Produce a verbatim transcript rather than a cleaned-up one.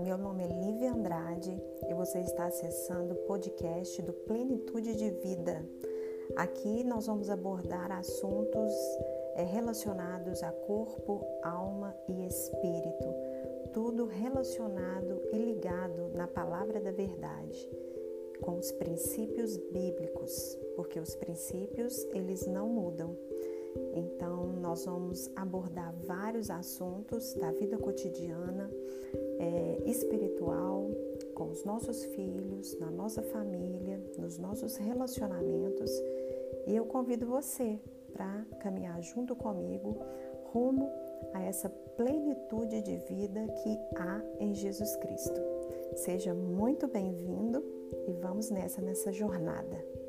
meu nome é Lívia Andrade e você está acessando o podcast do Plenitude de Vida. Aqui nós vamos abordar assuntos é, relacionados a corpo, alma e espírito, tudo relacionado e ligado na palavra da verdade, com os princípios bíblicos, porque os princípios eles não mudam. Então, nós vamos abordar vários assuntos da vida cotidiana, é, espiritual, com os nossos filhos, na nossa família, nos nossos relacionamentos. E eu convido você para caminhar junto comigo rumo a essa plenitude de vida que há em Jesus Cristo. Seja muito bem-vindo e vamos nessa, nessa jornada.